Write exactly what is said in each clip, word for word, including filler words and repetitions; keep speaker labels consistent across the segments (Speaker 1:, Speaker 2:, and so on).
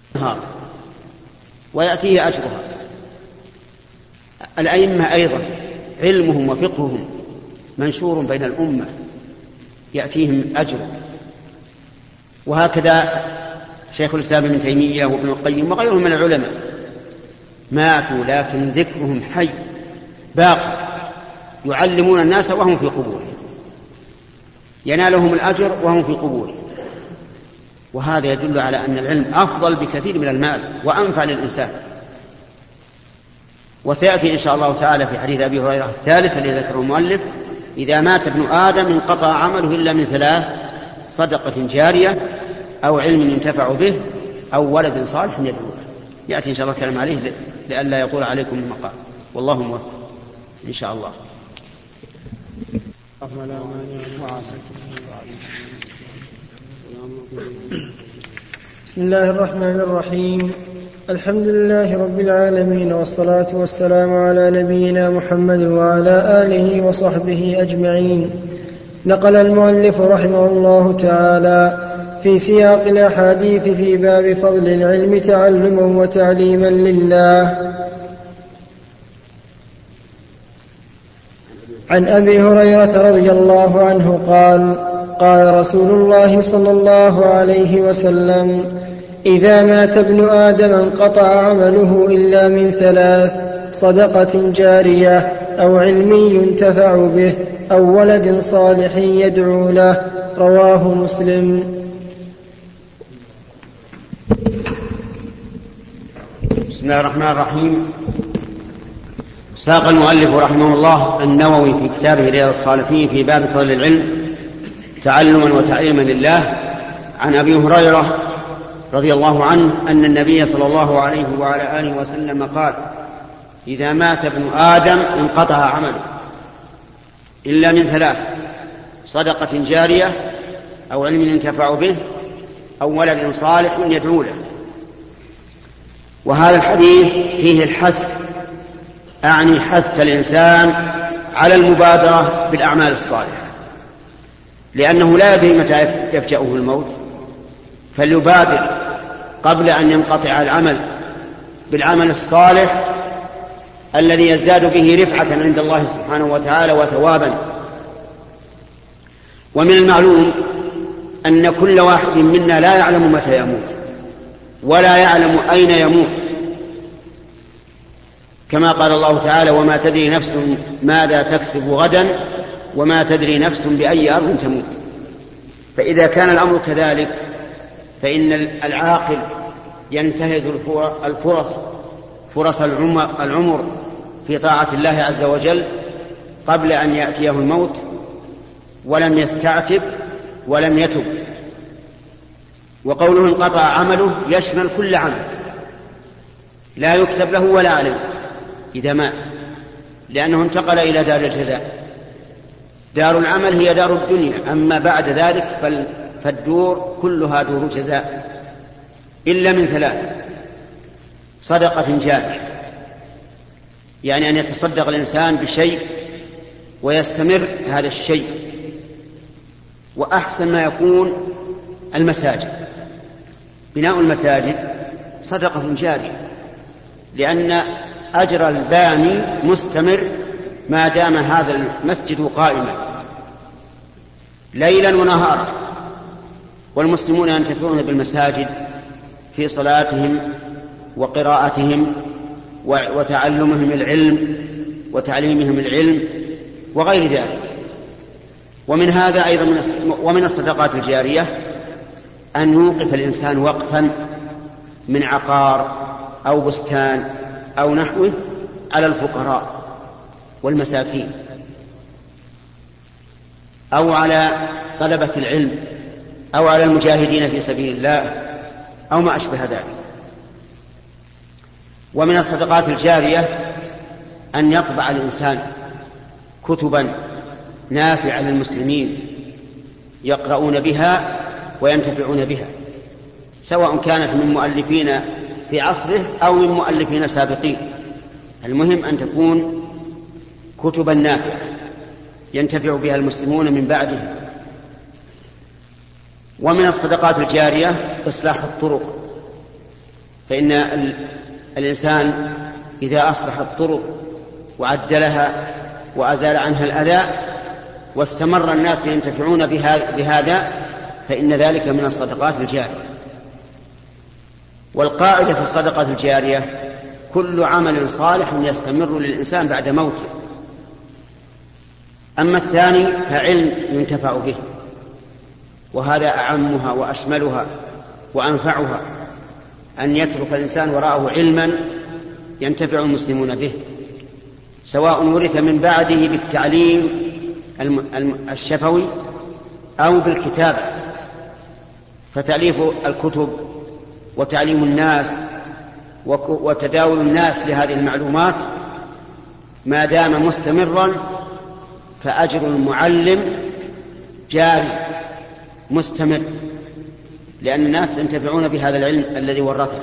Speaker 1: نهار ويأتيه أجرها. الأئمة أيضا علمهم وفقههم منشور بين الأمة يأتيهم أجر. وهكذا شيخ الإسلام ابن تيمية وابن القيم وغيرهم من العلماء ماتوا لكن ذكرهم حي باق، يعلمون الناس وهم في قبورهم، ينالهم الأجر وهم في قبورهم. وهذا يدل على أن العلم أفضل بكثير من المال وأنفع للإنسان. وسيأتي إن شاء الله تعالى في حديث أبي هريرة الثالث الذي ذكره المؤلف: إذا مات ابن آدم انقطع عمله إلا من ثلاث: صدقة جارية أو علم ينتفع به أو ولد صالح يدعو له. يأتي إن شاء الله كلام عليه لئلا يطول عليكم المقام، والله موفق إن شاء الله.
Speaker 2: بسم الله الرحمن الرحيم. الحمد لله رب العالمين، والصلاة والسلام على نبينا محمد وعلى آله وصحبه أجمعين. نقل المؤلف رحمه الله تعالى في سياق الأحاديث في باب فضل العلم تعلما وتعليما لله عن أبي هريرة رضي الله عنه قال: قال رسول الله صلى الله عليه وسلم: إذا مات ابن آدم انقطع عمله إلا من ثلاث: صدقة جارية أو علم ينتفع به أو ولد صالح يدعو له. رواه مسلم.
Speaker 1: بسم الله الرحمن الرحيم. ساق المؤلف رحمه الله النووي في كتابه رياض الصالحين في باب فضل العلم تعلما وتعليما لله عن أبي هريرة رضي الله عنه أن النبي صلى الله عليه وعلى آله وسلم قال: إذا مات ابن آدم انقطع عمله إلا من ثلاث: صدقة جارية أو علم ينتفع به أو ولد صالح يدعو له. وهذا الحديث فيه الحث، أعني حث الإنسان على المبادرة بالأعمال الصالحة، لأنه لا يدري متى يفجأه الموت، فليبادر قبل أن ينقطع العمل بالعمل الصالح الذي يزداد به رفعة عند الله سبحانه وتعالى وثوابا. ومن المعلوم أن كل واحد منا لا يعلم متى يموت ولا يعلم أين يموت، كما قال الله تعالى: وما تدري نفس ماذا تكسب غدا وما تدري نفس بأي أرض تموت. فإذا كان الأمر كذلك فإن العاقل ينتهز الفرص فرص العمر في طاعة الله عز وجل قبل أن يأتيه الموت ولم يستعتب ولم يتب. وقوله انقطع عمله يشمل كل عمل لا يكتب له ولا عليه إذا مات، لأنه انتقل إلى دار الجزاء. دار العمل هي دار الدنيا، أما بعد ذلك فالدور كلها دور جزاء إلا من ثلاث: صدقة جارية، يعني أن يتصدق الإنسان بشيء ويستمر هذا الشيء، وأحسن ما يكون المساجد. بناء المساجد صدقة جارية، لأن أجر الباني مستمر ما دام هذا المسجد قائما ليلا ونهارا، والمسلمون ينتفعون بالمساجد في صلاتهم وقراءتهم وتعلمهم العلم وتعليمهم العلم وغير ذلك. ومن هذا أيضا ومن الصدقات الجارية أن يوقف الإنسان وقفا من عقار أو بستان أو نحوه على الفقراء والمساكين أو على طلبة العلم أو على المجاهدين في سبيل الله أو ما أشبه ذلك. ومن الصدقات الجارية أن يطبع الإنسان كتبا نافعة للمسلمين يقرؤون بها وينتفعون بها، سواء كانت من مؤلفين في عصره أو من مؤلفين سابقين. المهم أن تكون كتبا نافعة ينتفع بها المسلمون من بعده. ومن الصدقات الجارية إصلاح الطرق فإن الإنسان إذا أصلح الطرق وعدلها وأزال عنها الأذى واستمر الناس ينتفعون بهذا فإن ذلك من الصدقات الجارية. والقاعدة في الصدقة الجارية كل عمل صالح يستمر للإنسان بعد موته. أما الثاني فعلم ينتفع به، وهذا أعمها وأشملها وأنفعها، أن يترك الإنسان وراءه علما ينتفع المسلمون به، سواء ورث من بعده بالتعليم الشفوي أو بالكتابة. فتأليف الكتب وتعليم الناس وتداول الناس لهذه المعلومات ما دام مستمرا فأجر المعلم جاري مستمر، لأن الناس ينتفعون بهذا العلم الذي ورثه.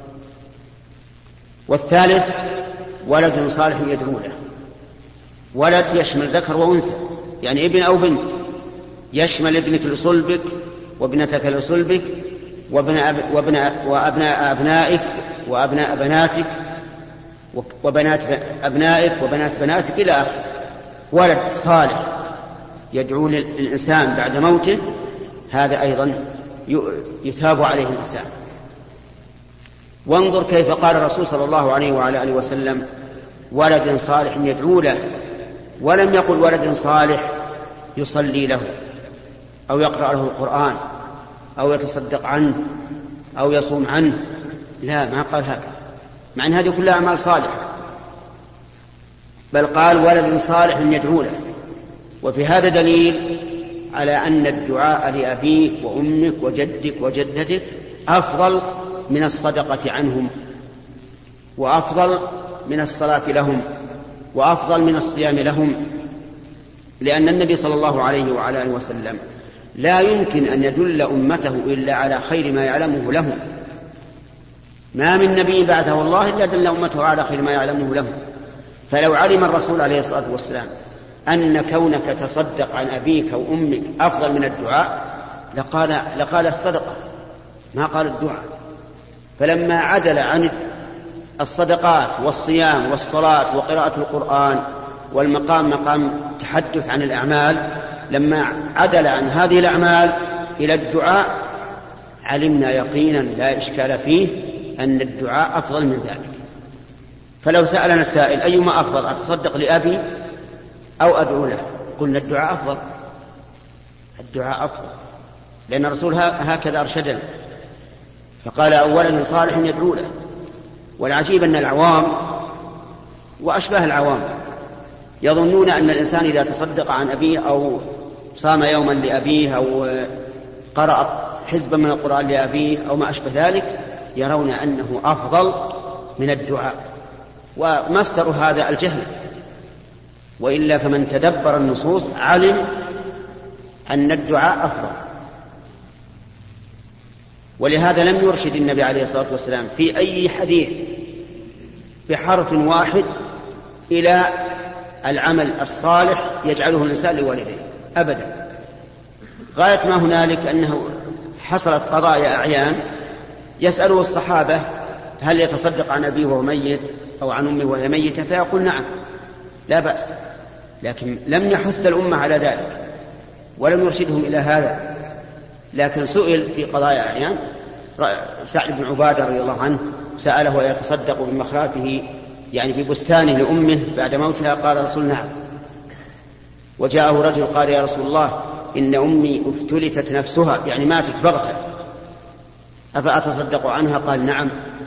Speaker 1: والثالث ولد صالح يدعو له. ولد يشمل ذكر وأنثى، يعني ابن أو بنت، يشمل ابنك لصلبك وابنتك لصلبك وابناء وأبناء أبنائك وأبناء بناتك وبنات أبنائك وبنات بناتك إلى آخره. ولد صالح يدعو للإنسان بعد موته، هذا أيضا يثاب عليه الإنسان. وانظر كيف قال الرسول صلى الله عليه وعلى آله وسلم ولد صالح يدعو له، ولم يقل ولد صالح يصلي له أو يقرأ له القرآن أو يتصدق عنه أو يصوم عنه، لا، ما قال هكذا، مع أن هذه كلها أعمال صالحة، بل قال ولد صالح يدعو له. وفي هذا دليل على أن الدعاء لأبيك وأمك وجدك وجدتك أفضل من الصدقة عنهم، وأفضل من الصلاة لهم، وأفضل من الصيام لهم، لأن النبي صلى الله عليه وعلى آله وسلم لا يمكن أن يدل أمته إلا على خير ما يعلمه لهم. ما من نبي بعثه الله إلا دل أمته على خير ما يعلمه لهم. فلو علم الرسول عليه الصلاة والسلام أن كونك تصدق عن أبيك أو أمك أفضل من الدعاء لقال, لقال الصدقة، ما قال الدعاء. فلما عدل عن الصدقات والصيام والصلاة وقراءة القرآن والمقام مقام تحدث عن الأعمال، لما عدل عن هذه الأعمال إلى الدعاء علمنا يقينا لا إشكال فيه أن الدعاء أفضل من ذلك. فلو سألنا السائل أيما أفضل، أتصدق لأبي أو أدعو له؟ قلنا الدعاء أفضل، الدعاء أفضل، لأن الرسول هكذا أرشدنا، فقال أولا صالح يدعو له. والعجيب أن العوام وأشباه العوام يظنون أن الإنسان إذا تصدق عن أبيه أو صام يوما لأبيه أو قرأ حزبا من القرآن لأبيه أو ما أشبه ذلك يرون أنه أفضل من الدعاء، ومصدر هذا الجهل. وإلا فمن تدبر النصوص علم أن الدعاء أفضل. ولهذا لم يرشد النبي عليه الصلاة والسلام في أي حديث بحرف واحد إلى العمل الصالح يجعله الإنسان لوالديه أبدا. غاية ما هنالك أنه حصلت قضايا أعيان يسأله الصحابة هل يتصدق عن أبيه وهو ميت أو عن أمه وهي ميتة، فيقول نعم لا بأس، لكن لم يحث الأمة على ذلك ولم يرشدهم إلى هذا. لكن سئل في قضايا أعيان، سعد بن عبادة رضي الله عنه سأله يتصدق بمخرافه يعني ببستانه لأمه بعد موتها، قال الرسول نعم. وجاءه رجل قال يا رسول الله إن أمي افتلتت نفسها، يعني ماتت بغتة، أفأتصدق عنها؟ قال نعم.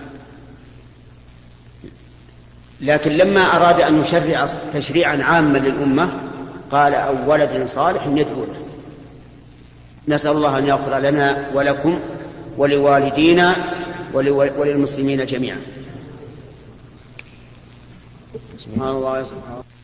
Speaker 1: لكن لما أراد أن يشرع تشريعا عاما للأمة قال أو ولد صالح يدعو له. نسأل الله أن يغفر لنا ولكم ولوالدينا وللمسلمين جميعا. سبحان الله سبحان الله.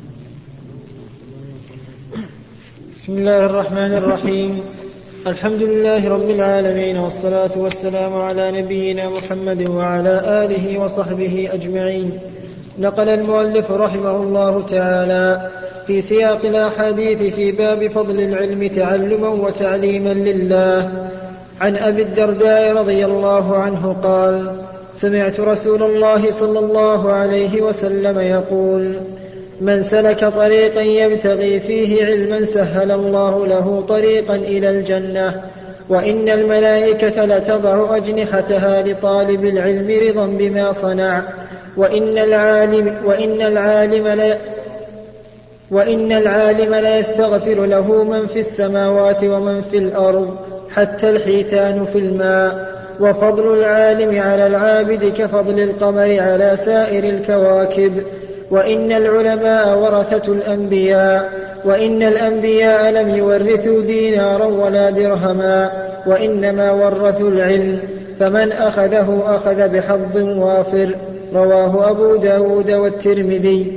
Speaker 2: بسم الله الرحمن الرحيم. الحمد لله رب العالمين، والصلاة والسلام على نبينا محمد وعلى آله وصحبه أجمعين. نقل المؤلف رحمه الله تعالى في سياق الأحاديث في باب فضل العلم تعلما وتعليما لله عن أبي الدرداء رضي الله عنه قال سمعت رسول الله صلى الله عليه وسلم يقول: من سلك طريقا يبتغي فيه علما سهل الله له طريقا إلى الجنة، وإن الملائكة لتضع أجنحتها لطالب العلم رضا بما صنع، وإن العالم, وإن العالم لا وإن العالم لا يستغفر له من في السماوات ومن في الأرض حتى الحيتان في الماء، وفضل العالم على العابد كفضل القمر على سائر الكواكب، وإن العلماء ورثة الأنبياء، وإن الأنبياء لم يورثوا دينارا ولا درهما، وإنما ورثوا العلم، فمن أخذه أخذ بحظ وافر. رواه أبو داود والترمذي.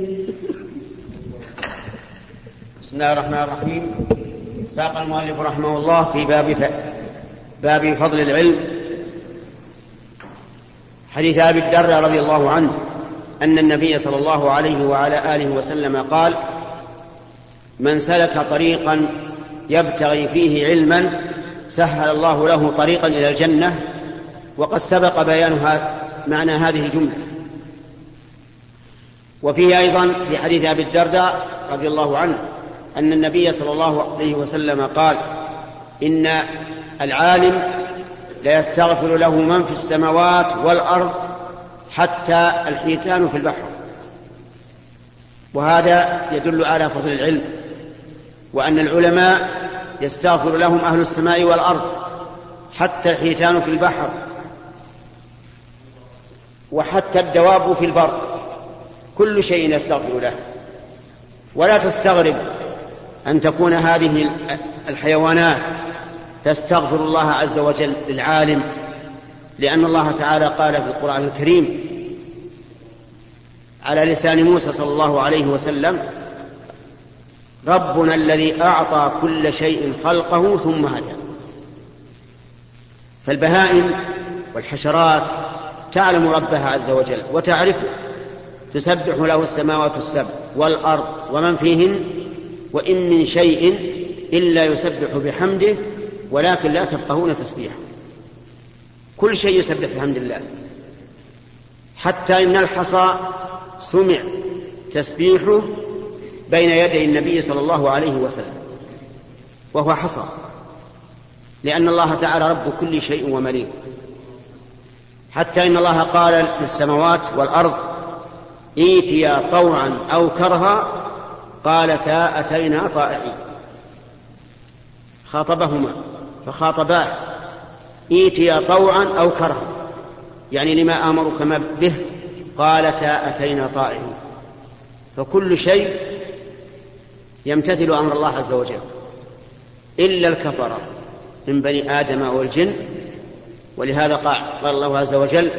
Speaker 1: بسم الله الرحمن الرحيم. ساق المؤلف رحمه الله في باب, ف... باب فضل العلم حديث أبي الدرداء رضي الله عنه أن النبي صلى الله عليه وعلى آله وسلم قال: من سلك طريقا يبتغي فيه علما سهل الله له طريقا إلى الجنة. وقد سبق بيان معنى هذه الجملة. وفيه أيضا في حديث أبي الدرداء رضي الله عنه أن النبي صلى الله عليه وسلم قال: إن العالم لا يستغفر له من في السماوات والأرض حتى الحيتان في البحر. وهذا يدل على فضل العلم، وأن العلماء يستغفر لهم أهل السماء والأرض حتى الحيتان في البحر، وحتى الدواب في البر، كل شيء يستغفر له. ولا تستغرب أن تكون هذه الحيوانات تستغفر الله عز وجل للعالم، لأن الله تعالى قال في القرآن الكريم على لسان موسى صلى الله عليه وسلم: ربنا الذي أعطى كل شيء خلقه ثم هدى. فالبهائم والحشرات تعلم ربها عز وجل وتعرفه، تسبح له السماوات السبع والأرض ومن فيهن، وإن من شيء إلا يسبح بحمده ولكن لا تفقهون تسبيحه. كل شيء يسبح بحمد الله، حتى إن الحصى سمع تسبيحه بين يدي النبي صلى الله عليه وسلم وهو حصى، لأن الله تعالى رب كل شيء ومليك. حتى إن الله قال للسماوات والأرض: ائتيا طوعا أو كرها قالتا أتينا طائعين. خاطبهما فخاطباه: ائتيا طوعا أو كرها، يعني لما آمركما به، قالتا أتينا طائعين. فكل شيء يمتثل أمر الله عز وجل إلا الكفرة من بني آدم والجن. ولهذا قال الله عز وجل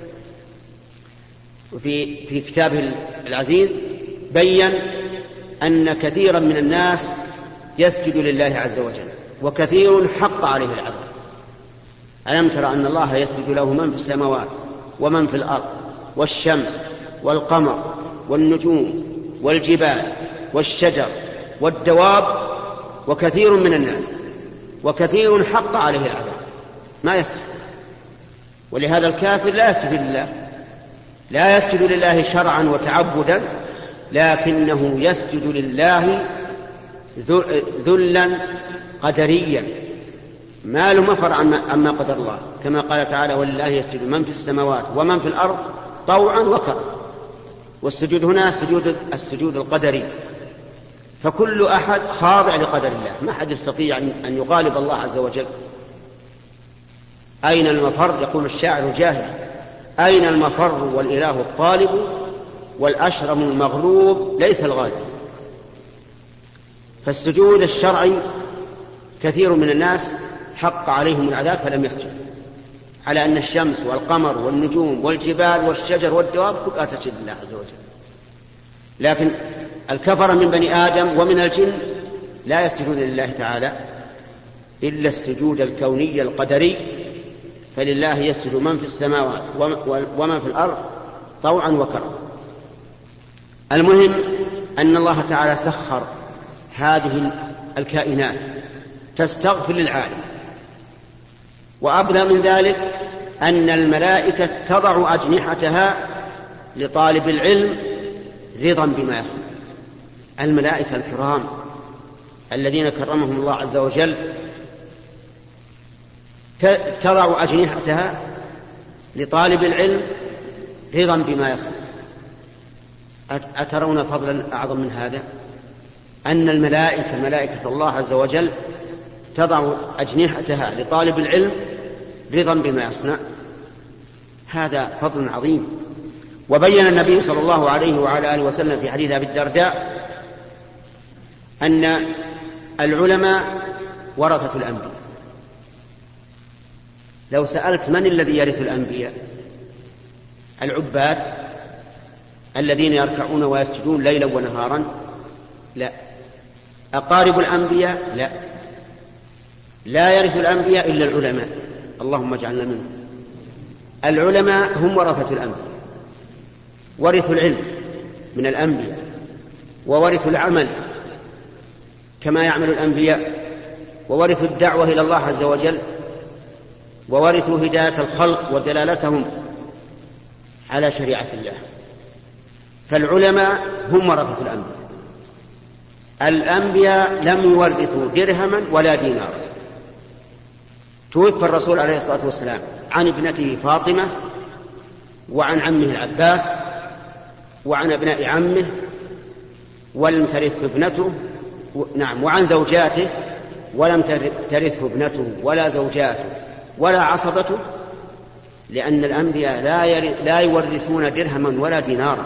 Speaker 1: في في كتابه العزيز بين أن كثيرا من الناس يسجد لله عز وجل وكثير حق عليه العذاب. ألم تر أن الله يسجد له من في السماوات ومن في الأرض والشمس والقمر والنجوم والجبال والشجر والدواب، وكثير من الناس وكثير حق عليه العذاب ما يسجد. ولهذا الكافر لا يسجد لله، لا يسجد لله شرعا وتعبدا، لكنه يسجد لله ذلا قدريا، ما له مفر عما قدر الله، كما قال تعالى: ولله يسجد من في السماوات ومن في الأرض طوعا وكرها. والسجود هنا السجود, السجود القدري، فكل أحد خاضع لقدر الله، ما أحد يستطيع أن يغالب الله عز وجل. أين المفر؟ يقول الشاعر الجاهلي: أين المفر والإله الطالب والأشرم المغلوب ليس الغالب. فالسجود الشرعي كثير من الناس حق عليهم العذاب فلم يسجد، على أن الشمس والقمر والنجوم والجبال والشجر والدواب كلها تسجد لله عز وجل. لكن الكفر من بني آدم ومن الجن لا يسجدون لله تعالى إلا السجود الكوني القدري، فلله يسجد من في السماوات ومن في الأرض طوعا وكرها. المهم أن الله تعالى سخر هذه الكائنات تستغفر للعالم، وأبلغ من ذلك أن الملائكة تضع أجنحتها لطالب العلم رضا بما يصنع. الملائكة الكرام الذين كرمهم الله عز وجل تضع أجنحتها لطالب العلم رضا بما يصنع. أترون فضلا أعظم من هذا؟ أن الملائكة ملائكة الله عز وجل تضع أجنحتها لطالب العلم رضا بما يصنع. هذا فضل عظيم. وبين النبي صلى الله عليه وعلى آله وسلم في حديث أبي الدرداء أن العلماء ورثة الأنبياء. لو سألت من الذي يرث الأنبياء؟ العباد الذين يركعون ويسجدون ليلا ونهارا؟ لا. أقارب الأنبياء؟ لا. لا يرث الأنبياء إلا العلماء، اللهم اجعلنا منهم. العلماء هم ورثة الأنبياء، ورثوا العلم من الأنبياء، وورثوا العمل كما يعمل الأنبياء، وورثوا الدعوة إلى الله عز وجل، وورثوا هداية الخلق ودلالتهم على شريعة الله. فالعلماء هم ورثة الأنبياء. الأنبياء لم يورثوا درهما ولا دينارا. توفى الرسول عليه الصلاة والسلام عن ابنته فاطمة، وعن عمه العباس، وعن ابناء عمه، ولم ترثه ابنته، نعم، وعن زوجاته، ولم ترثه ابنته ولا زوجاته ولا عصبته، لأن الأنبياء لا يورثون درهما ولا دينارا.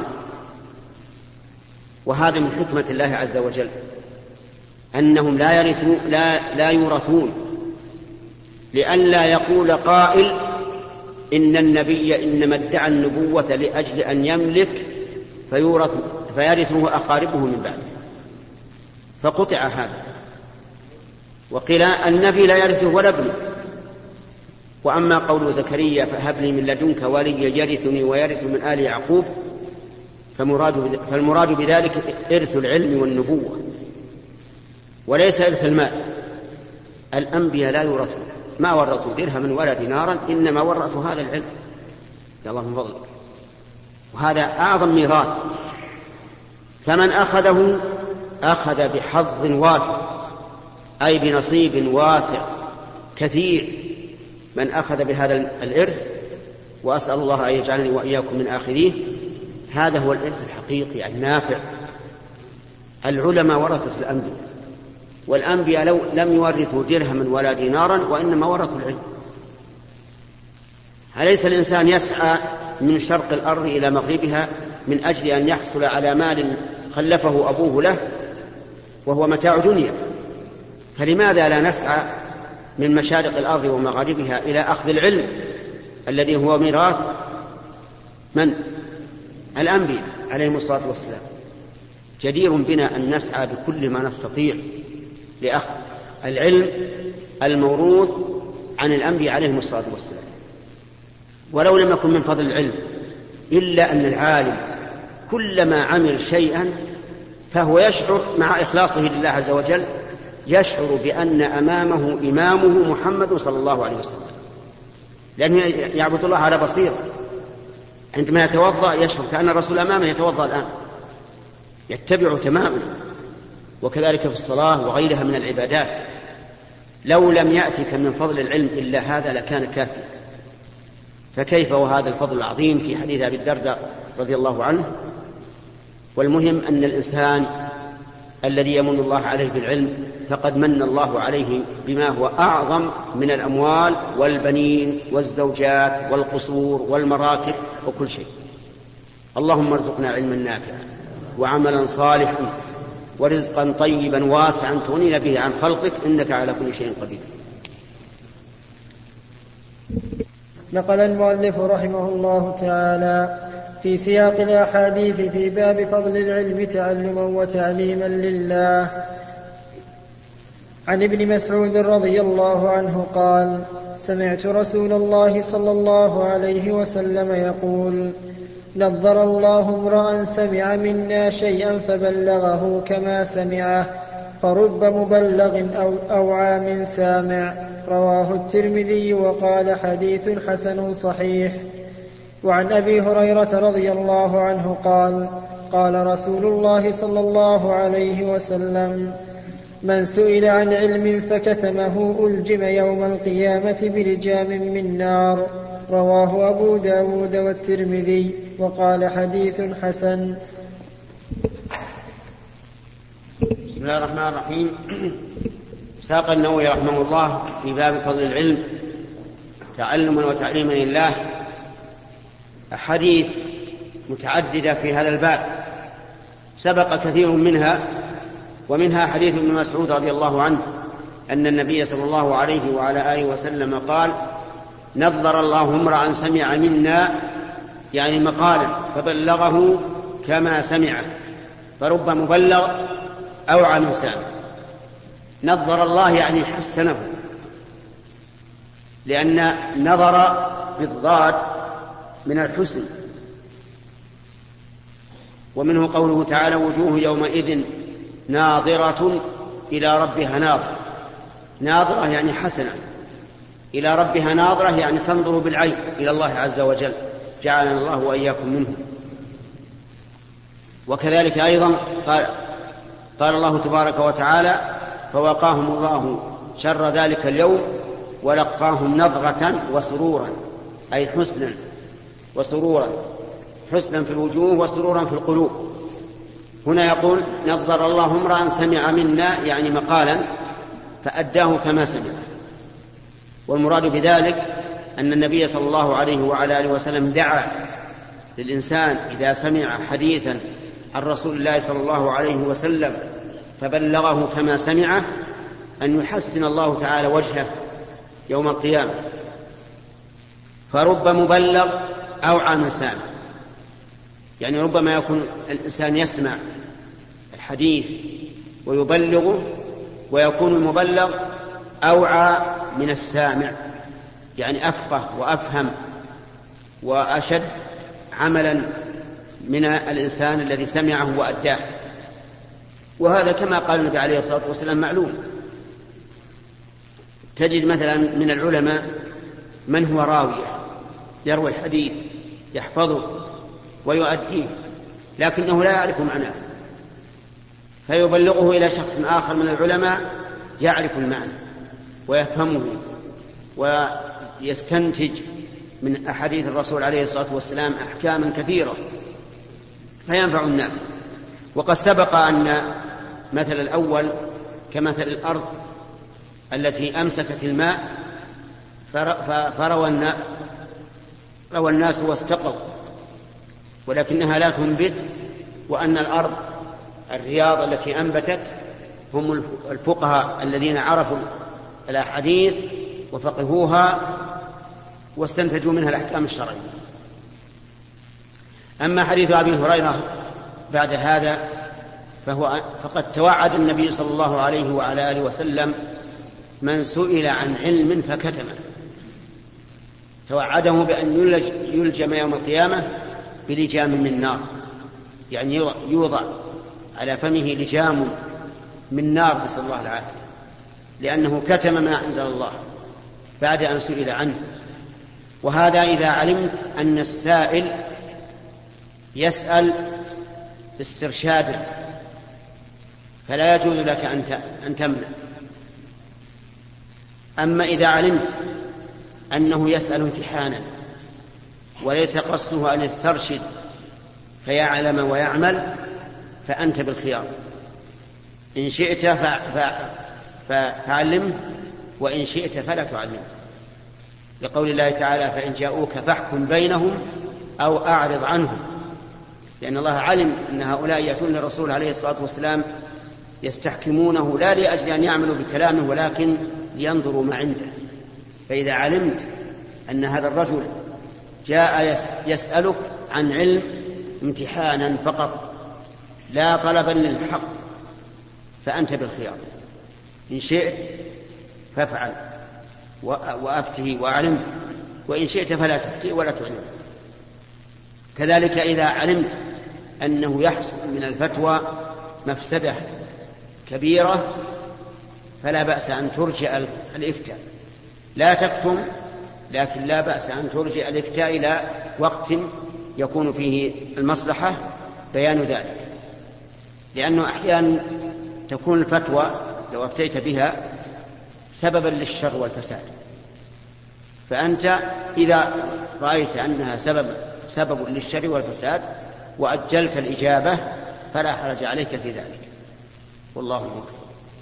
Speaker 1: وهذا من حكمة الله عز وجل أنهم لا يرثون لا, لا يورثون، لئلا يقول قائل إن النبي إنما ادعى النبوة لأجل أن يملك فيورث فيرثه أقاربه من بعده، فقطع هذا. وقيل النبي لا يرثه ولا ابنه. وأما قول زكريا فهب لي من لدنك وليا يرثني ويرث من آل يعقوب، فمراد فالمراد بذلك إرث العلم والنبوة وليس إرث المال. الأنبياء لا يورثون، ما ورثوا درهما ولا دينارا، إنما ورثوا هذا العلم. يا الله من فضلك. وهذا أعظم ميراث، فمن أخذه أخذ بحظ وافر، أي بنصيب واسع كثير. من أخذ بهذا الإرث، وأسأل الله أن يجعلني وإياكم من آخذيه، هذا هو الإرث الحقيقي النافع. العلماء ورثة الأنبياء، والأنبياء لو لم يورثوا درهما ولا دينارا، وإنما ورثوا العلم. أليس الإنسان يسعى من شرق الأرض إلى مغربها من أجل أن يحصل على مال خلفه أبوه له وهو متاع دنيا؟ فلماذا لا نسعى من مشارق الأرض ومغاربها إلى أخذ العلم الذي هو ميراث من؟ الأنبياء عليهم الصلاة والسلام. جدير بنا أن نسعى بكل ما نستطيع لأخذ العلم الموروث عن الأنبياء عليهم الصلاة والسلام. ولو لم يكن من فضل العلم إلا أن العالم كلما عمل شيئا فهو يشعر مع إخلاصه لله عز وجل، يشعر بأن أمامه إمامه محمد صلى الله عليه وسلم، لأنه يعبد الله على بصيرة. عندما يتوضأ يشعر كأن الرسول أمامه يتوضأ الآن، يتبع تماما. وكذلك في الصلاة وغيرها من العبادات. لو لم يأتك من فضل العلم إلا هذا لكان كافيا، فكيف وهذا الفضل العظيم في حديث أبي الدرداء رضي الله عنه. والمهم أن الإنسان الذي يمن الله عليه بالعلم فقد من الله عليه بما هو أعظم من الأموال والبنين والزوجات والقصور والمراكب وكل شيء. اللهم ارزقنا علما نافعا وعملا صالحا ورزقا طيبا واسعا تغنينا به عن خلقك، إنك على كل شيء قدير.
Speaker 2: نقل المؤلف رحمه الله تعالى في سياق الأحاديث في باب فضل العلم تعلما وتعليما لله عن ابن مسعود رضي الله عنه قال: سمعت رسول الله صلى الله عليه وسلم يقول: نضر الله امرأ سمع منا شيئا فبلغه كما سمعه، فرب مبلغ أو أوعى من سامع. رواه الترمذي وقال حديث حسن صحيح. وعن أبي هريرة رضي الله عنه قال قال رسول الله صلى الله عليه وسلم: من سئل عن علم فكتمه ألجم يوم القيامة بلجام من نار. رواه أبو داود والترمذي وقال حديث حسن.
Speaker 1: بسم الله الرحمن الرحيم. ساق النووي رحمه الله في باب فضل العلم تعلما وتعليما لله أحاديث متعددة في هذا الباب، سبق كثير منها، ومنها حديث ابن مسعود رضي الله عنه أن النبي صلى الله عليه وعلى آله وسلم قال: نظر الله امرأ سمع منا، يعني مقالا، فبلغه كما سمعه، فرب مبلغ أوعى من سامع. نظر الله يعني حسنه، لأن نظر بالضاد من الحسن. ومنه قوله تعالى: وجوه يومئذ ناظرة إلى ربها ناظرة. ناظرة يعني حسنة، إلى ربها ناظرة يعني تنظر بالعين إلى الله عز وجل، جعلنا الله وإياكم منه. وكذلك أيضا قال, قال الله تبارك وتعالى: فوقاهم الله شر ذلك اليوم ولقاهم نظرة وسرورا، أي حسنا وسرورا، حسنا في الوجوه وسرورا في القلوب. هنا يقول: نظر الله امرأ سمع منا، يعني مقالا فأداه كما سمع. والمراد بذلك أن النبي صلى الله عليه وعلى آله وسلم دعا للإنسان إذا سمع حديثا عن رسول الله صلى الله عليه وسلم فبلغه كما سمعه أن يحسن الله تعالى وجهه يوم القيامة. فرب مبلغ أوعى من سامع، يعني ربما يكون الإنسان يسمع الحديث ويبلغه، ويكون المبلغ أوعى من السامع، يعني أفقه وأفهم وأشد عملا من الإنسان الذي سمعه وأداه. وهذا كما قال النبي عليه الصلاة والسلام معلوم. تجد مثلا من العلماء من هو راوية يروي الحديث يحفظه ويؤديه، لكنه لا يعرف معناه، فيبلغه إلى شخص آخر من العلماء يعرف المعنى ويفهمه ويستنتج من أحاديث الرسول عليه الصلاة والسلام أحكاما كثيرة فينفع الناس. وقد سبق أن مثل الأول كمثل الأرض التي أمسكت الماء فروى الناس واستقوا، ولكنها لا تنبت، وأن الأرض الرياض التي أنبتت هم الفقهاء الذين عرفوا الأحاديث وفقهوها واستنتجوا منها الأحكام الشرعية. أما حديث أبي هريرة بعد هذا فهو فقد توعد النبي صلى الله عليه وعلى آله وسلم من سئل عن علم فكتمه، توعده بأن يلجم يوم القيامة بلجام من نار، يعني يوضع على فمه لجام من نار، نسأل الله العافية، لأنه كتم ما أنزل الله بعد أن سئل عنه. وهذا إذا علمت أن السائل يسأل استرشادا، فلا يجوز لك أن تمنع. أما إذا علمت أنه يسأل امتحانا وليس قصده أن يسترشد فيعلم ويعمل فأنت بالخيار، إن شئت فعلمه وإن شئت فلا تعلمه، لقول الله تعالى: فإن جاءوك فاحكم بينهم أو أعرض عنهم، لأن الله علم أن هؤلاء يأتون للرسول عليه الصلاة والسلام يستحكمونه لا لأجل أن يعملوا بكلامه ولكن لينظروا ما عنده. فإذا علمت أن هذا الرجل جاء يسألك عن علم امتحانا فقط لا طلبا للحق فأنت بالخيار، إن شئت فافعل وأفته وأعلم، وإن شئت فلا تفتي ولا تعلم. كذلك إذا علمت أنه يحصل من الفتوى مفسدة كبيرة فلا بأس أن ترجع الإفتاء لا تكتم، لكن لا بأس أن ترجع الإفتاء إلى وقت يكون فيه المصلحة بيان ذلك، لأنه أحيانا تكون الفتوى لو أفتيت بها سببا للشر والفساد، فأنت إذا رأيت أنها سبب, سبب للشر والفساد وأجلت الإجابة فلا حرج عليك في ذلك، والله موفق.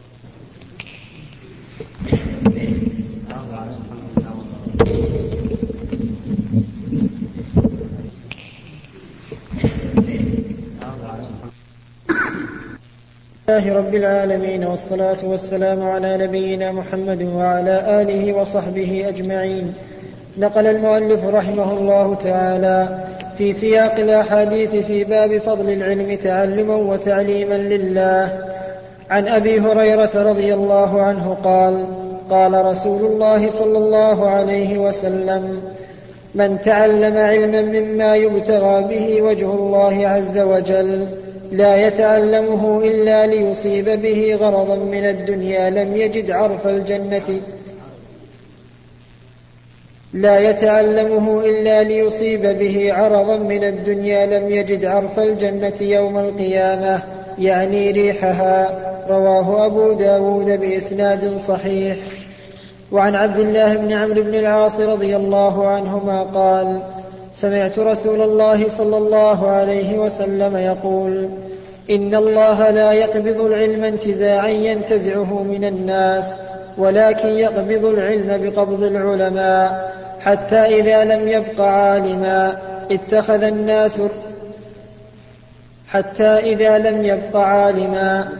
Speaker 2: الله رب العالمين، والصلاة والسلام على نبينا محمد وعلى آله وصحبه أجمعين. نقل المؤلف رحمه الله تعالى في سياق الأحاديث في باب فضل العلم تعلما وتعليما لله عن أبي هريرة رضي الله عنه قال: قال رسول الله صلى الله عليه وسلم: من تعلم علما مما يبتغى به وجه الله عز وجل لا يتعلمه إلا ليصيب به غرضا من الدنيا لم يجد عرف الجنة لا يتعلمه إلا ليصيب به عرضا من الدنيا لم يجد عرف الجنة يوم القيامة، يعني ريحها. رواه أبو داود بإسناد صحيح. وعن عبد الله بن عمرو بن العاص رضي الله عنهما قال: سمعت رسول الله صلى الله عليه وسلم يقول: إن الله لا يقبض العلم انتزاعا ينتزعه من الناس، ولكن يقبض العلم بقبض العلماء، حتى إذا لم يبق عالما اتخذ الناس حتى إذا لم يبق عالما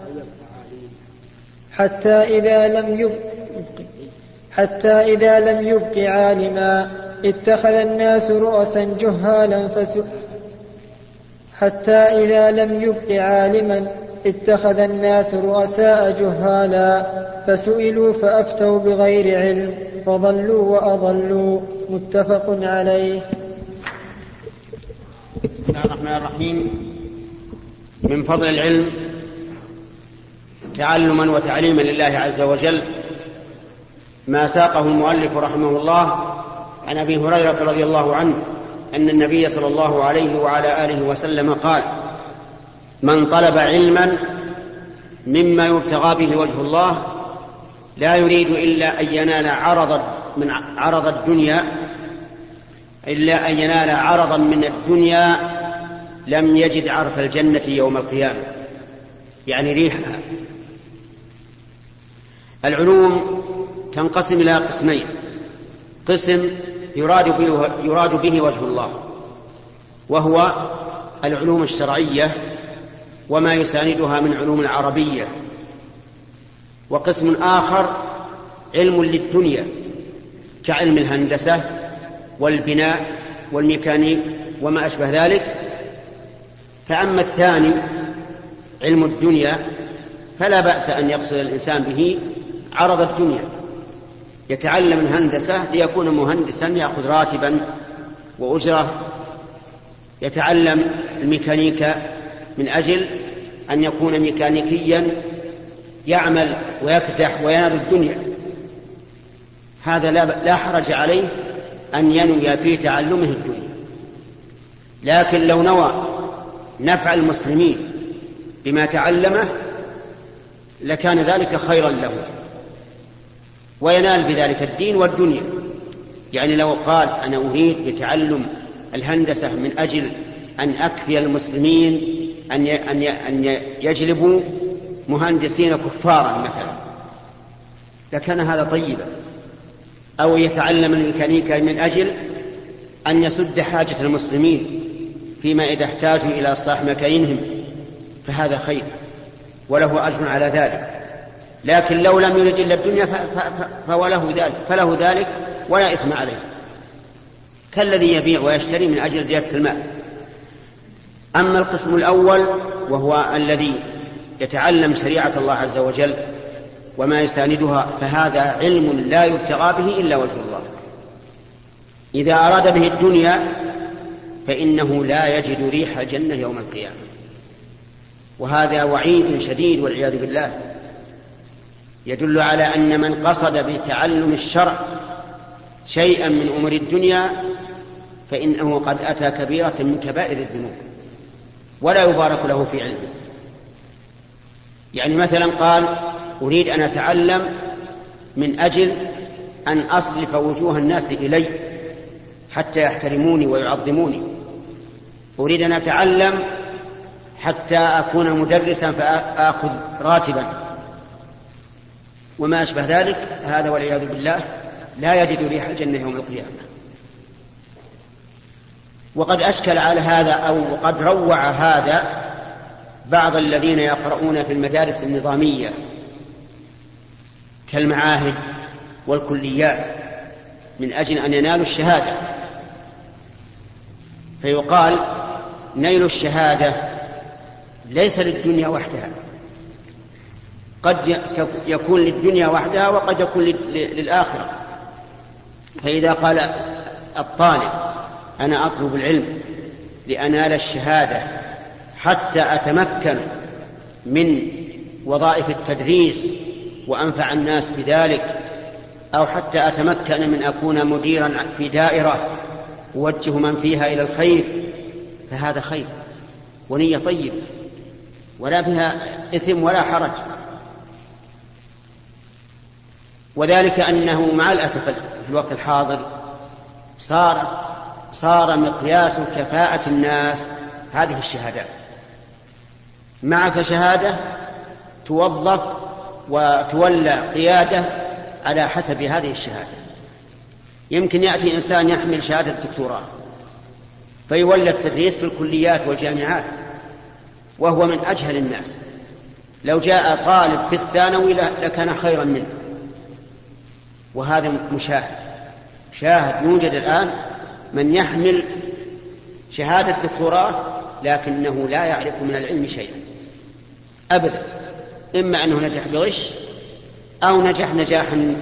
Speaker 2: حتى إذا لم يبق حتى إذا لم يبق عالما اتخذ الناس رؤسا جهالا فسئلوا حتى إذا لم يبق عالما اتخذ الناس رؤساء جهالا فسئلوا فأفتوا بغير علم فضلوا وأضلوا. متفق عليه.
Speaker 1: بسم الله الرحمن الرحيم. من فضل العلم تعلما وتعليما لله عز وجل ما ساقه المؤلف رحمه الله عن أبي هريرة رضي الله عنه أن النبي صلى الله عليه وعلى آله وسلم قال: من طلب علما مما يبتغى به وجه الله لا يريد إلا أن ينال عرض من عرض الدنيا إلا أن ينال عرضا من الدنيا لم يجد عرف الجنة يوم القيامة، يعني ريحها. العلوم تنقسم إلى قسمين: قسم يراد به, يراد به وجه الله وهو العلوم الشرعية وما يساندها من علوم العربية، وقسم آخر علم للدنيا كعلم الهندسة والبناء والميكانيك وما أشبه ذلك. فأما الثاني علم الدنيا فلا بأس أن يقصد الإنسان به عرض الدنيا، يتعلم الهندسة ليكون مهندسا يأخذ راتبا وأجرة، يتعلم الميكانيكا من أجل أن يكون ميكانيكيا يعمل ويكدح وينال الدنيا. هذا لا حرج عليه أن ينوي في تعلمه الدنيا، لكن لو نوى نفع المسلمين بما تعلمه لكان ذلك خيرا له وينال بذلك الدين والدنيا. يعني لو قال: أنا أريد بتعلم الهندسة من أجل أن أكفي المسلمين أن يجلبوا مهندسين كفارا مثلا، لكان هذا طيبا. أو يتعلم الميكانيكا من أجل أن يسد حاجة المسلمين فيما إذا احتاجوا إلى إصلاح مكاينهم، فهذا خير وله أجر على ذلك. لكن لو لم يرد إلا الدنيا فله ذلك, فله ذلك ولا إثم عليه، كالذي يبيع ويشتري من أجل زيادة المال. أما القسم الأول وهو الذي يتعلم شريعة الله عز وجل وما يساندها، فهذا علم لا يبتغى به إلا وجه الله. إذا أراد به الدنيا فإنه لا يجد ريح الجنة يوم القيامة، وهذا وعيد شديد والعياذ بالله. يدل على أن من قصد بتعلم الشرع شيئا من أمور الدنيا فإنه قد أتى كبيرة من كبائر الذنوب ولا يبارك له في علمه. يعني مثلا قال أريد أن أتعلم من أجل أن أصرف وجوه الناس إلي حتى يحترموني ويعظموني، أريد أن أتعلم حتى أكون مدرسا فآخذ راتبا وما أشبه ذلك، هذا والعياذ بالله لا يجد ريح الجنة يوم القيامة. وقد أشكل على هذا أو قد روع هذا بعض الذين يقرؤون في المدارس النظامية كالمعاهد والكليات من أجل أن ينالوا الشهادة، فيقال نيل الشهادة ليس للدنيا وحدها، قد يكون للدنيا وحدها وقد يكون للآخرة. فإذا قال الطالب أنا أطلب العلم لأنال الشهادة حتى أتمكن من وظائف التدريس وأنفع الناس بذلك، أو حتى أتمكن من أكون مديرا في دائرة أوجه من فيها إلى الخير، فهذا خير ونية طيبة ولا بها إثم ولا حرج. وذلك أنه مع الأسف في الوقت الحاضر صار صار مقياس كفاءة الناس هذه الشهادات. معك شهادة توظف وتولى قيادة على حسب هذه الشهادة. يمكن يأتي إنسان يحمل شهادة الدكتوراه فيولى التدريس في الكليات والجامعات وهو من أجهل الناس، لو جاء طالب في الثانوي لكان خيرا منه. وهذا مشاهد شاهد يوجد الآن من يحمل شهادة دكتوراه لكنه لا يعرف من العلم شيئا أبدا، إما أنه نجح بغش أو نجح نجاحا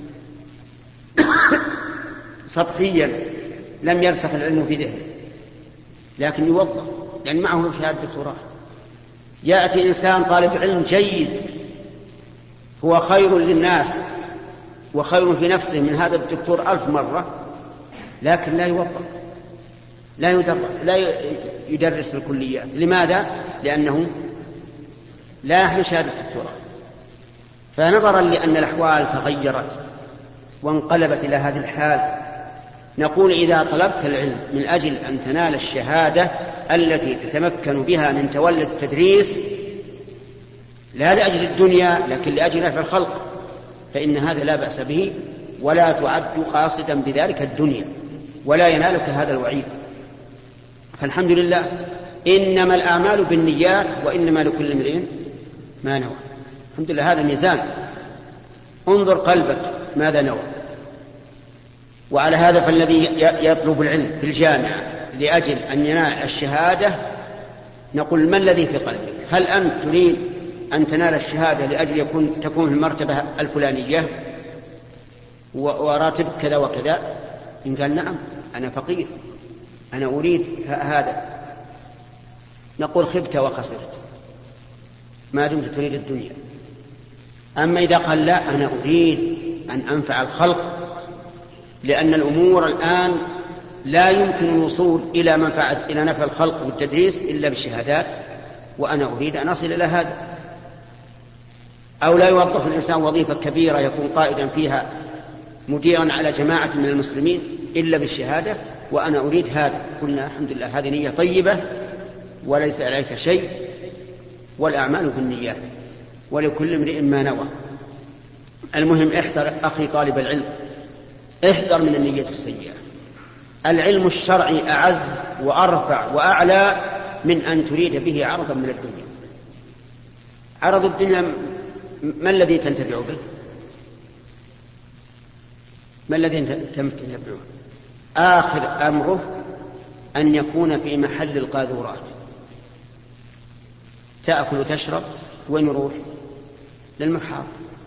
Speaker 1: سطحيا لم يرسخ العلم في ذهنه، لكن يوظف لأن معه شهادة دكتوراه. يأتي إنسان طالب علم جيد هو خير للناس وخير في نفسه من هذا الدكتور ألف مرة، لكن لا يوظف لا يدرس, لا يدرس في الكليات. لماذا؟ لأنه لا يحمل شهادة الدكتوراه. فنظرا لأن الأحوال تغيرت وانقلبت إلى هذه الحال، نقول إذا طلبت العلم من أجل أن تنال الشهادة التي تتمكن بها من تولي التدريس لا لأجل الدنيا لكن لأجل نفع الخلق، فإن هذا لا بأس به ولا تعد قاصدا بذلك الدنيا ولا ينالك هذا الوعيد. فالحمد لله إنما الأعمال بالنيات وإنما لكل امرئ ما نوى. الحمد لله هذا ميزان، انظر قلبك ماذا نوى. وعلى هذا فالذي يطلب العلم في الجامعة لأجل أن ينال الشهادة نقول ما الذي في قلبك؟ هل أنت تريد أن تنال الشهادة لأجل يكون تكون في المرتبة الفلانية وراتب كذا وكذا؟ إن قال نعم أنا فقير أنا أريد هذا، نقول خبت وخسرت ما دمت تريد الدنيا. أما إذا قال لا أنا أريد أن أنفع الخلق لأن الأمور الآن لا يمكن الوصول إلى منفعة إلى نفع الخلق بالتدريس إلا بالشهادات وأنا أريد أن أصل إلى هذا، أو لا يوظف الإنسان وظيفة كبيرة يكون قائدا فيها مديرا على جماعة من المسلمين إلا بالشهادة وأنا أريد هذا. قلنا الحمد لله هذه نية طيبة وليس عليك شيء، والأعمال بالنيات ولكل امرئ ما نوى. المهم احذر أخي طالب العلم، احذر من النية السيئة. العلم الشرعي أعز وأرفع وأعلى من أن تريد به عرضا من الدنيا. عرض الدنيا ما الذي تنتفع به؟ ما الذي تنتفع به؟ آخر أمره أن يكون في محل القاذورات، تأكل وتشرب وين يروح؟ للمحاضر.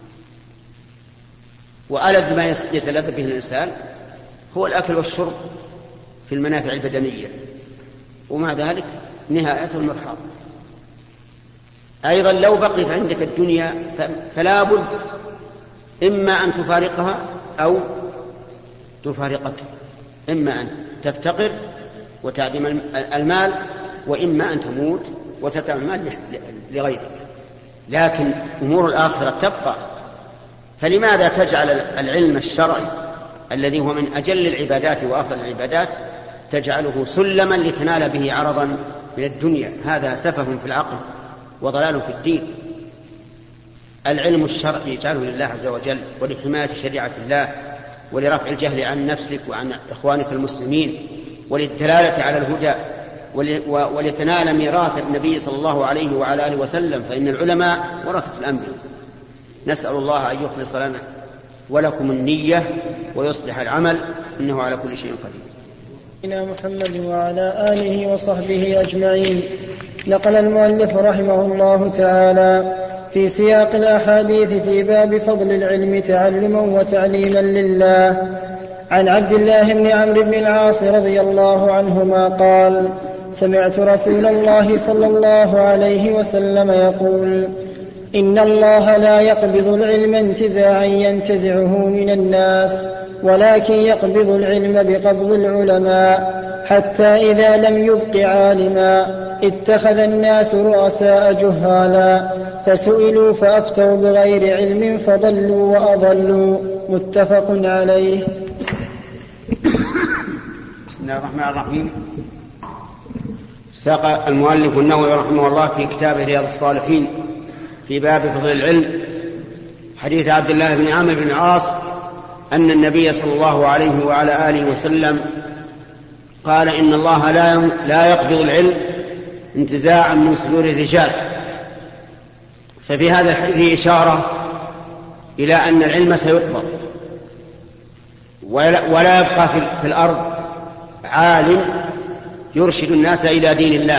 Speaker 1: وألذ ما يتلذذ به الإنسان هو الأكل والشرب في المنافع البدنية، ومع ذلك نهاية المرحاض. أيضا لو بقيت عندك الدنيا فلا بد إما أن تفارقها أو تفارقك، إما أن تفتقر وتعدم المال، وإما أن تموت وتتعب المال لغيرك، لكن أمور الآخرة تبقى. فلماذا تجعل العلم الشرعي الذي هو من أجل العبادات وأفضل العبادات تجعله سلما لتنال به عرضا من الدنيا؟ هذا سفه في العقل وضلال في الدين. العلم الشرعي يجعله لله عز وجل ولحماية شريعة الله ولرفع الجهل عن نفسك وعن إخوانك المسلمين وللدلالة على الهدى ولتنال ميراث النبي صلى الله عليه وعلى آله وسلم، فإن العلماء ورثة الأنبياء. نسأل الله أن يخلص لنا ولكم النية ويصلح العمل، إنه على كل شيء قدير.
Speaker 2: سيدنا محمد وعلى آله وصحبه أجمعين. نقل المؤلف رحمه الله تعالى في سياق الأحاديث في باب فضل العلم تعلما وتعليما لله عن عبد الله بن عمرو بن العاص رضي الله عنهما قال: سمعت رسول الله صلى الله عليه وسلم يقول: إن الله لا يقبض العلم انتزاعا ينتزعه من الناس، ولكن يقبض العلم بقبض العلماء، حتى إذا لم يبق عالما اتخذ الناس رؤساء جهالا فسئلوا فأفتوا بغير علم فضلوا وأضلوا. متفق عليه.
Speaker 1: بسم الله الرحمن الرحيم. ساق المؤلف النووي رحمه الله في كتابه رياض الصالحين في باب فضل العلم حديث عبد الله بن عمرو بن العاص أن النبي صلى الله عليه وعلى آله وسلم قال: إن الله لا يقبض العلم انتزاعا من صدور الرجال. ففي هذا الحديث إشارة إلى أن العلم سيقبض، ولا يبقى في الأرض عالم يرشد الناس إلى دين الله،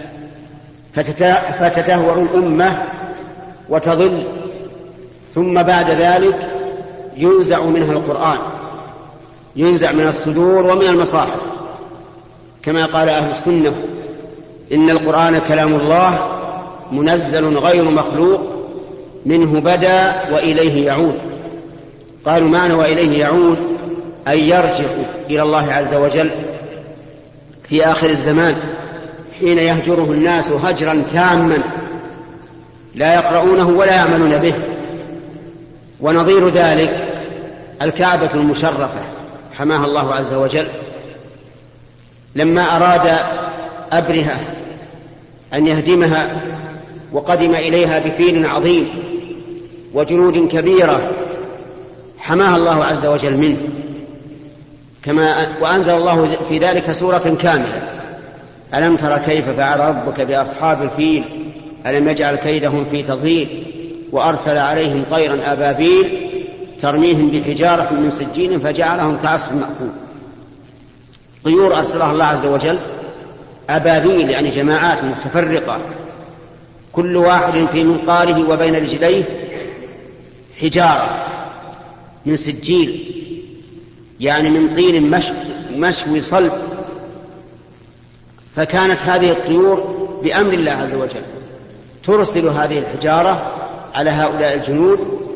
Speaker 1: فتتهور الأمة وتضل، ثم بعد ذلك ينزع منها القرآن، ينزع من الصدور ومن المصاحف، كما قال أهل السنة: إن القرآن كلام الله منزل غير مخلوق، منه بدأ وإليه يعود. قالوا معنى وإليه يعود أي يرجع إلى الله عز وجل في آخر الزمان حين يهجره الناس هجرا تاما لا يقرؤونه ولا يعملون به. ونظير ذلك الكعبة المشرفة حماها الله عز وجل، لما أراد أبرهة أن يهدمها وقدم إليها بفيل عظيم وجنود كبيرة حماها الله عز وجل منه، كما وأنزل الله في ذلك سورة كاملة: ألم تر كيف فعل ربك بأصحاب الفيل ألم يجعل كيدهم في تضليل وأرسل عليهم طيرا أبابيل ترميهم بحجارة من سجيل فجعلهم كعصف مأكول. طيور أرسلها الله عز وجل أبابيل، يعني جماعات متفرقة، كل واحد في منقاره وبين رجليه حجارة من سجيل، يعني من طين مشوي صلب. فكانت هذه الطيور بأمر الله عز وجل ترسل هذه الحجارة على هؤلاء الجنود،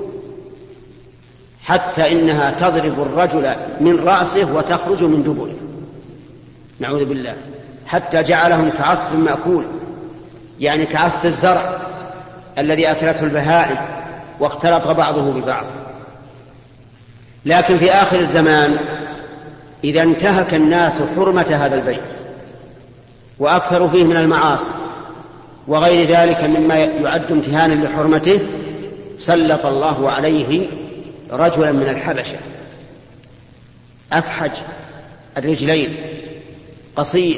Speaker 1: حتى إنها تضرب الرجل من رأسه وتخرج من دبره، نعوذ بالله، حتى جعلهم كعصف مأكول، يعني كعصف الزرع الذي أكلته البهائم واختلط بعضه ببعض. لكن في آخر الزمان إذا انتهك الناس حرمة هذا البيت وأكثروا فيه من المعاصي وغير ذلك مما يعد امتهانا لحرمته، سلط الله عليه رجلا من الحبشة أفحج الرجلين قصير،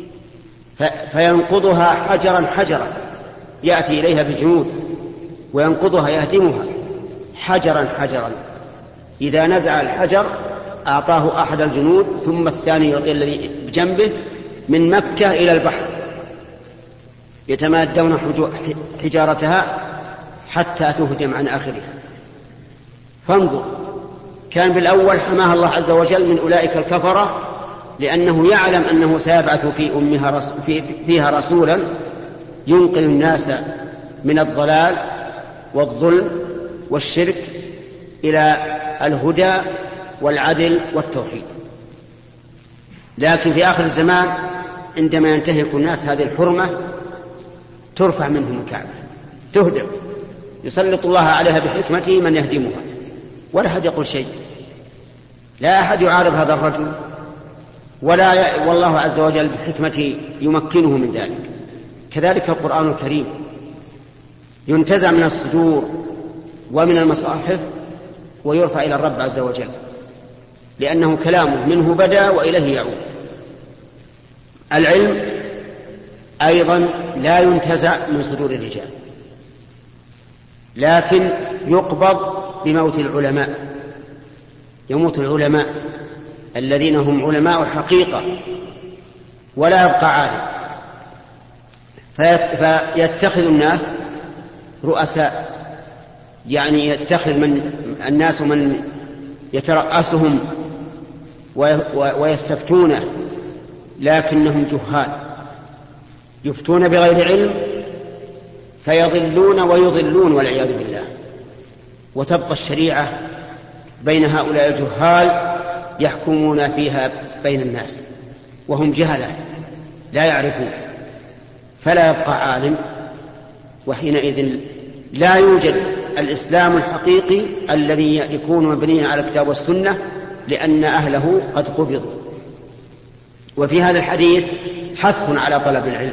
Speaker 1: فينقضها حجرا حجرا، يأتي إليها بجنود وينقضها يهدمها حجرا حجرا. إذا نزع الحجر أعطاه أحد الجنود، ثم الثاني يعطي الذي بجنبه، من مكة إلى البحر يتمادون حجارتها حتى تهدم عن آخرها. فانظر، كان بالأول حماها الله عز وجل من أولئك الكفرة، لأنه يعلم أنه سيبعث في أمها رس... في... فيها رسولا ينقل الناس من الضلال والظلم والشرك إلى الهدى والعدل والتوحيد. لكن في آخر الزمان عندما ينتهك الناس هذه الحرمة ترفع منهم الكعبة، تهدم، يسلط الله عليها بحكمته من يهدمها، ولا أحد يقول شيء، لا أحد يعارض هذا الرجل، ولا ي... والله عز وجل بحكمته يمكنه من ذلك. كذلك القرآن الكريم ينتزع من الصدور ومن المصاحف ويرفع إلى الرب عز وجل، لأنه كلامه منه بدأ وإليه يعود. العلم أيضا لا ينتزع من صدور الرجال، لكن يقبض بموت العلماء. يموت العلماء الذين هم علماء حقيقة، ولا يبقى عالم، فيتخذ الناس رؤساء، يعني يتخذ من الناس من يترأسهم ويستفتونه، لكنهم جهال يفتون بغير علم فيضلون ويضلون والعياذ بالله. وتبقى الشريعة بين هؤلاء الجهال يحكمون فيها بين الناس وهم جهلة لا يعرفون، فلا يبقى عالم، وحينئذ لا يوجد الإسلام الحقيقي الذي يكون مبنيا على الكتاب والسنة، لأن أهله قد قبضوا. وفي هذا الحديث حث على طلب العلم،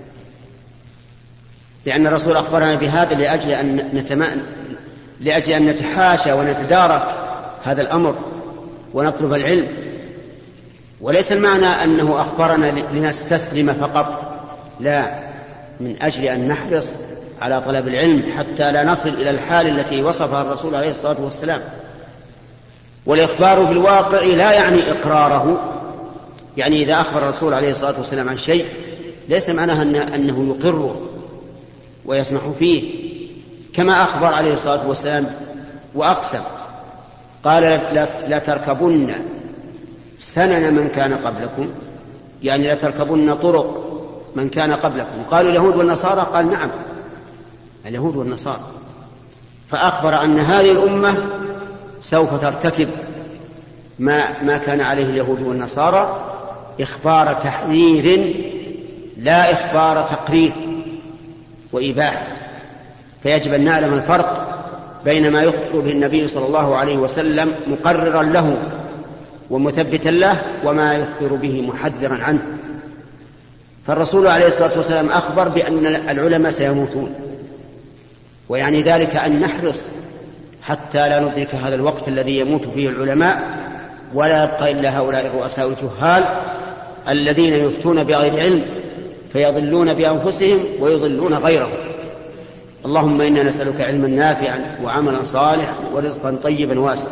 Speaker 1: لأن الرسول أخبرنا بهذا لأجل أن نتمأن لأجل أن نتحاشى ونتدارك هذا الأمر ونطلب العلم. وليس المعنى أنه أخبرنا لنستسلم فقط، لا، من أجل أن نحرص على طلب العلم حتى لا نصل إلى الحال التي وصفها الرسول عليه الصلاة والسلام. والإخبار بالواقع لا يعني إقراره، يعني إذا أخبر الرسول عليه الصلاة والسلام عن شيء ليس معناه أنه يقره ويسمح فيه، كما أخبر عليه الصلاة والسلام وأقسم قال لا تركبن سنن من كان قبلكم، يعني لا تركبن طرق من كان قبلكم. قالوا اليهود والنصارى، قال نعم اليهود والنصارى، فأخبر أن هذه الأمة سوف ترتكب ما, ما كان عليه اليهود والنصارى، إخبار تحذير لا إخبار تقرير وإباحة. فيجب أن نعلم الفرق بين ما يخبر به النبي صلى الله عليه وسلم مقررا له ومثبتا له، وما يخبر به محذرا عنه. فالرسول عليه الصلاة والسلام أخبر بأن العلماء سيموتون، ويعني ذلك أن نحرص حتى لا ندرك هذا الوقت الذي يموت فيه العلماء، ولا يبقى إلا هؤلاء الرؤساء الجهال الذين يفتون بغير علم فيضلون بأنفسهم ويضلون غيرهم. اللهم إنا نسألك علما نافعا وعملا صالحا ورزقا طيبا واسعا.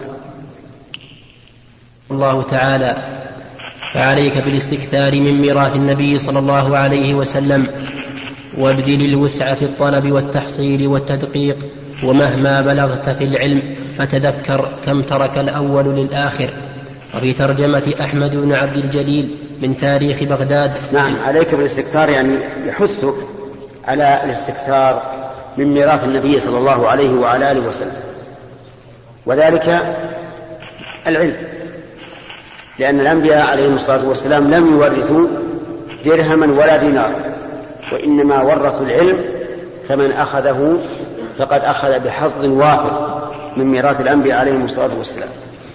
Speaker 3: الله تعالى: فعليك بالاستكثار من ميراث النبي صلى الله عليه وسلم، وابذل الوسع في الطلب والتحصيل والتدقيق، ومهما بلغت في العلم فتذكر كم ترك الأول للآخر. وفي ترجمة أحمد بن عبد الجليل من تاريخ بغداد.
Speaker 1: نعم، عليك بالاستكثار، يعني يحثك على الاستكثار من ميراث النبي صلى الله عليه وعلى آله وسلم، وذلك العلم، لأن الأنبياء عليهم الصلاة والسلام لم يورثوا درهما ولا دينار، وإنما ورثوا العلم، فمن أخذه فقد أخذ بحظ وافر من ميراث الأنبياء عليهم الصلاة والسلام.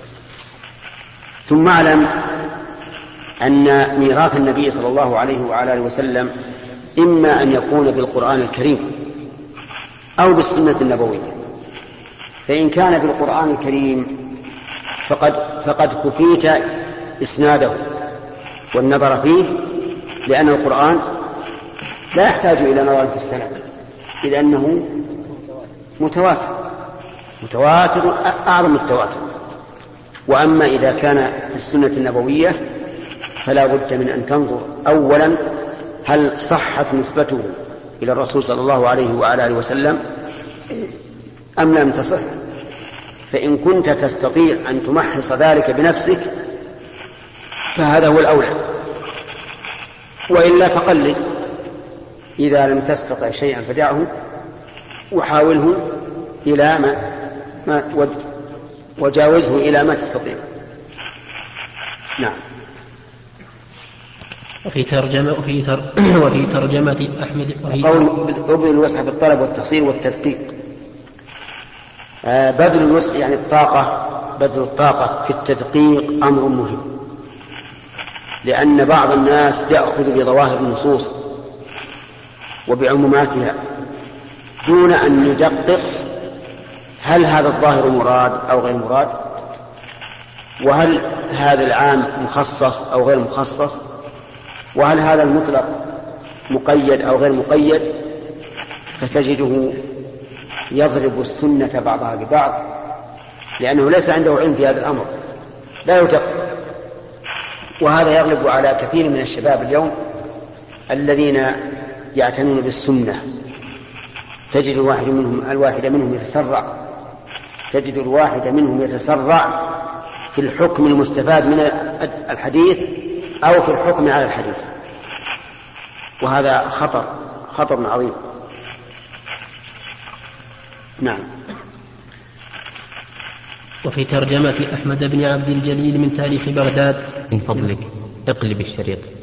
Speaker 1: ثم اعلم أن ميراث النبي صلى الله عليه وعلى آله وسلم إما أن يكون بالقرآن الكريم أو بالسنة النبوية. فإن كان بالقرآن الكريم فقد, فقد كفيت إسناده والنظر فيه، لأن القرآن لا يحتاج إلى نظر في السند، إذ أنه متواتر متواتر أعظم التواتر. وأما إذا كان في السنة النبوية فلا بد من أن تنظر أولا هل صحت نسبته إلى الرسول صلى الله عليه وعلى آله وسلم أم لم تصح. فإن كنت تستطيع أن تمحص ذلك بنفسك فهذا هو الأولى، وإلا فقلد. إذا لم تستطع شيئا فدعه وحاوله إلى ما, ما وجاوزه إلى ما تستطيع. نعم.
Speaker 3: وفي ترجمة وفي تر وفي ترجمة أحمد
Speaker 1: قول ابذل الوسع في الطلب والتحصيل والتدقيق. آه بذل الوسع يعني الطاقة، بذل الطاقة في التدقيق أمر مهم، لأن بعض الناس يأخذ بظواهر النصوص وبعموماتها دون أن يدقق هل هذا الظاهر مراد أو غير مراد، وهل هذا العام مخصص أو غير مخصص، وهل هذا المطلق مقيد أو غير مقيد، فتجده يضرب السنة بعضها ببعض لأنه ليس عنده علم في هذا الأمر، لا يدقق. وهذا يغلب على كثير من الشباب اليوم الذين يعتنون بالسنة. تجد الواحد منهم الواحد منهم يتسرع تجد الواحد منهم يتسرع في الحكم المستفاد من الحديث أو في الحكم على الحديث، وهذا خطر خطر عظيم. نعم.
Speaker 3: وفي ترجمة أحمد بن عبد الجليل من تاريخ بغداد.
Speaker 4: من فضلك اقلب الشريط.